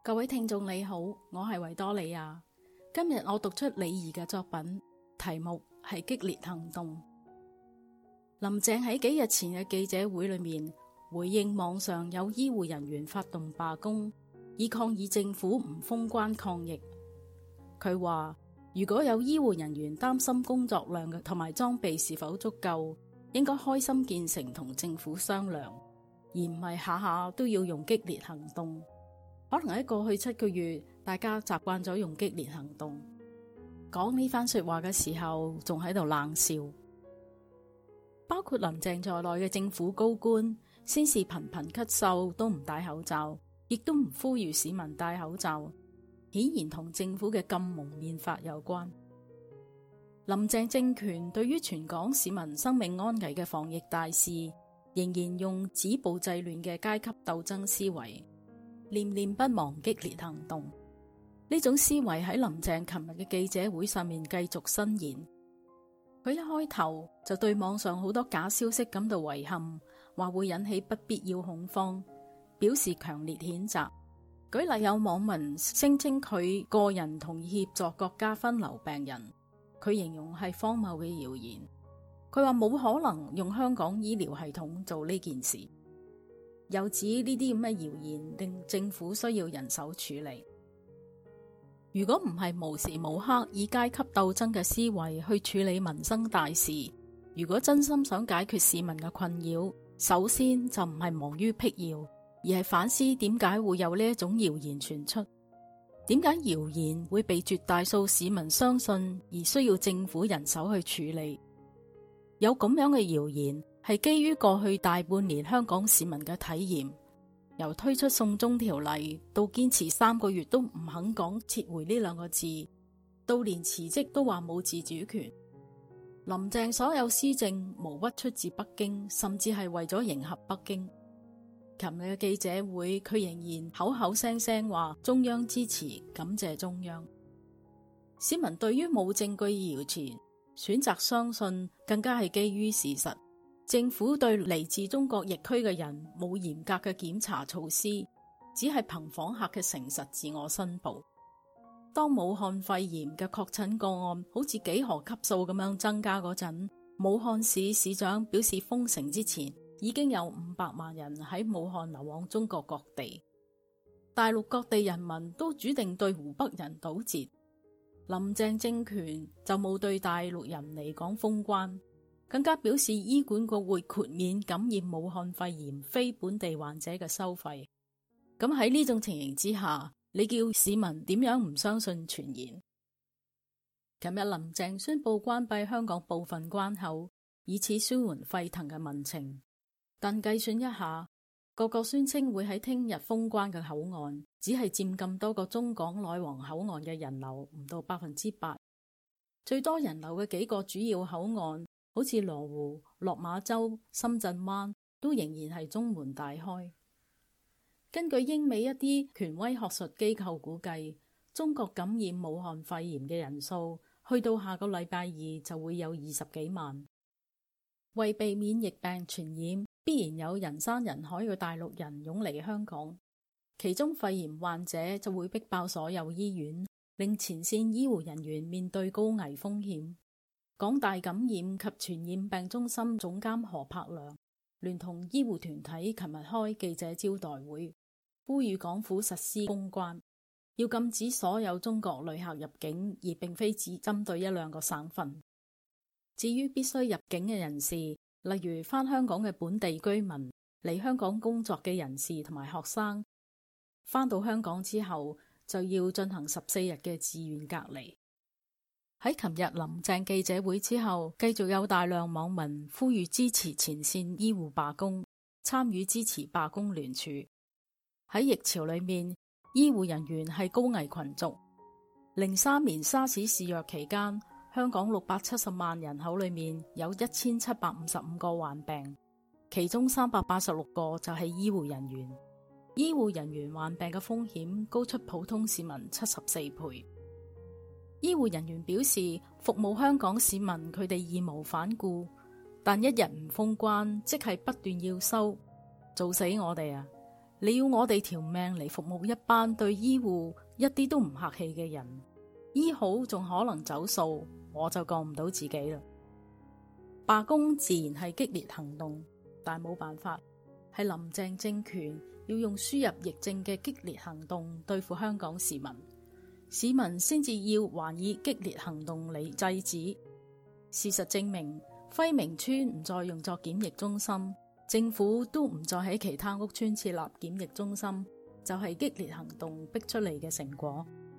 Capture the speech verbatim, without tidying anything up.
各位聽眾你好，我係維多利亞。今日我讀出李怡嘅作品，題目係激烈行動。林鄭喺幾日前嘅記者會裏面回應網上有醫護人員發動罷工，以抗議政府唔封關抗疫。佢話如果有醫護人員擔心工作量同埋裝備是否足夠，應該開心見誠同政府商量，而唔係下下都要用激烈行動。可能喺過去七個月，大家習慣咗用激烈行動。講呢番說話嘅時候，仲喺度冷笑。包括林鄭在內嘅政府高官，先是頻頻咳嗽都唔戴口罩，亦都唔呼籲市民戴口罩，顯然同政府嘅禁蒙面法有關。林鄭政權對於全港市民生命安危嘅防疫大事，仍然用止暴制亂嘅階級鬥爭思維，念念不忘激烈行動。呢種思維喺林鄭琴日嘅記者會上面繼續伸延。佢一開頭就對網上好多假消息感到遺憾，話會引起不必要恐慌，表示強烈譴責。舉例有網民聲稱佢個人同意協助國家分流病人，佢形容係荒謬嘅謠言。佢話冇可能用香港醫療系統做呢件事。又指呢啲咁嘅謠言令政府需要人手處理。如果唔係無時無刻以階級鬥爭嘅思維去處理民生大事，如果真心想解決市民嘅困擾，首先就唔係忙於闢謠，而係反思點解會有呢一種謠言傳出，點解謠言會被絕大數市民相信而需要政府人手去處理。有咁樣嘅謠言係基於過去大半年香港市民嘅體驗，由推出送中條例到堅持三個月都唔肯講撤回呢兩個字，到連辭職都話冇自主權。林鄭所有施政無不出自北京，甚至係為咗迎合北京。琴日嘅記者會，佢仍然口口聲聲話中央支持，感謝中央。市民對於冇證據謠傳選擇相信，更加係基於事實。政府對嚟自中國疫區嘅人冇嚴格嘅檢查措施，只係憑訪客嘅誠實自我申報。當武漢肺炎嘅確診個案好似幾何級數咁樣增加嗰陣，武漢市市長表示封城之前已經有五百萬人喺武漢流往中國各地。大陸各地人民都主定對湖北人堵截，林鄭政權就冇對大陸人嚟講封關，更加表示醫管局會豁免感染武漢肺炎非本地患者嘅收費。咁喺呢種情形之下，你叫市民點樣唔相信傳言？琴日林鄭宣布關閉香港部分關口，以此舒緩沸騰嘅民情。但計算一下，個個宣稱會喺聽日封關嘅口岸，只係佔咁多個中港內黃口岸嘅人流唔到百分之八。最多人流嘅幾個主要口岸，好似羅湖、落馬洲、深圳灣，都仍然係中門大開。根據英美一啲權威學術機構估計，中國感染武漢肺炎嘅人數去到下個禮拜二就會有二十幾萬。為避免疫病傳染，必然有人山人海嘅大陸人湧嚟香港，其中肺炎患者就會逼爆所有醫院，令前線醫護人員面對高危風險。港大感染及傳染病中心總監何柏良聯同醫護團體琴日開記者招待會，呼籲港府實施封關，要禁止所有中國旅客入境，而並非只針對一兩個省份。至於必須入境嘅人士，例如返香港嘅本地居民、嚟香港工作嘅人士同埋學生，返到香港之後就要進行十四日嘅自願隔離。喺琴日林鄭記者會之後，繼續有大量網民呼籲支持前線醫護罷工，參與支持罷工聯署。喺疫潮裏面，醫護人員係高危群族。零三年沙士肆虐期間，香港六百七十萬人口裏面有一千七百五十五個患病，其中三百八十六個就係醫護人員。醫護人員患病嘅風險高出普通市民七十四倍。醫護人員表示，服務香港市民佢哋義無反顧，但一日唔封關，即係不斷要收，做死我哋啊！ 你要我哋條命嚟服務一班對醫護一啲都唔客氣嘅人，醫好仲可能走數，我就過唔到自己啦。罷工自然係激烈行動，但冇辦法，係林鄭政權要用輸入疫症嘅激烈行動對付香港市民，市民先至要還以激烈行動嚟制止。事實證明，輝明邨唔再用作檢疫中心，政府都唔再喺其他屋邨設立檢疫中心，就係激烈行動逼出嚟嘅成果。